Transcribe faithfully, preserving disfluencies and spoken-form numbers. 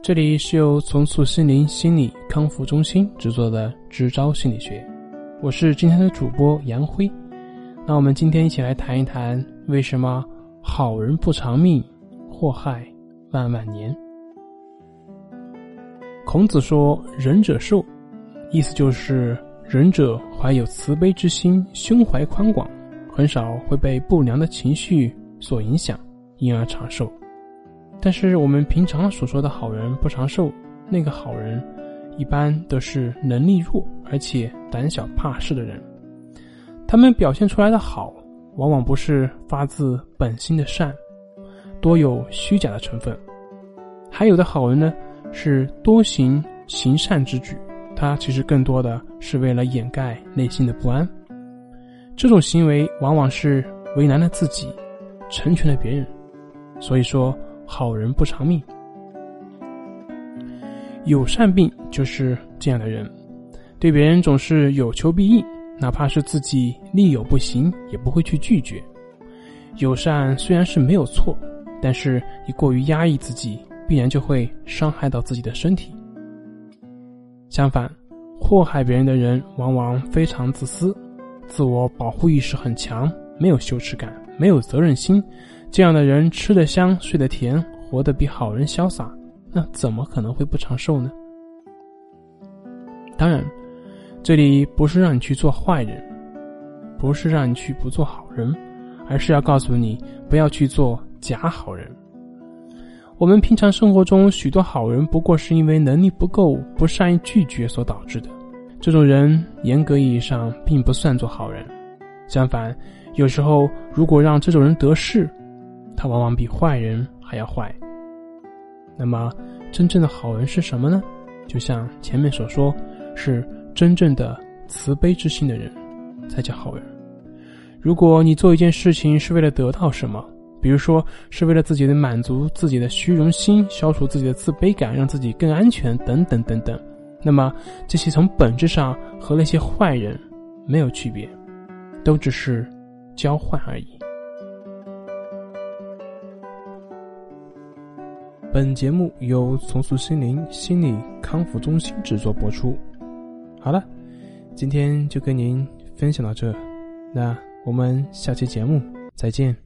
这里是由重塑心灵心理康复中心制作的支招心理学，我是今天的主播杨辉。那我们今天一起来谈一谈，为什么好人不长命，祸害万万年。孔子说仁者寿，意思就是仁者怀有慈悲之心，胸怀宽广，很少会被不良的情绪所影响，因而长寿。但是我们平常所说的好人不长寿，那个好人一般都是能力弱而且胆小怕事的人，他们表现出来的好往往不是发自本心的善，多有虚假的成分。还有的好人呢，是多行行善之举，他其实更多的是为了掩盖内心的不安，这种行为往往是为难了自己，成全了别人。所以说好人不长命。有善病就是这样的人，对别人总是有求必应，哪怕是自己力有不行也不会去拒绝。友善虽然是没有错，但是你过于压抑自己，必然就会伤害到自己的身体。相反，祸害别人的人往往非常自私，自我保护意识很强，没有羞耻感，没有责任心，这样的人吃得香，睡得甜，活得比好人潇洒，那怎么可能会不长寿呢？当然，这里不是让你去做坏人，不是让你去不做好人，而是要告诉你不要去做假好人。我们平常生活中许多好人不过是因为能力不够，不善于拒绝所导致的，这种人严格意义上并不算作好人。相反，有时候如果让这种人得势，他往往比坏人还要坏。那么真正的好人是什么呢？就像前面所说，是真正的慈悲之心的人才叫好人。如果你做一件事情是为了得到什么，比如说是为了自己的满足自己的虚荣心，消除自己的自卑感，让自己更安全等等等等，那么这些从本质上和那些坏人没有区别，都只是交换而已。本节目由重塑心灵心理康复中心制作播出。好了，今天就跟您分享到这，那我们下期节目再见。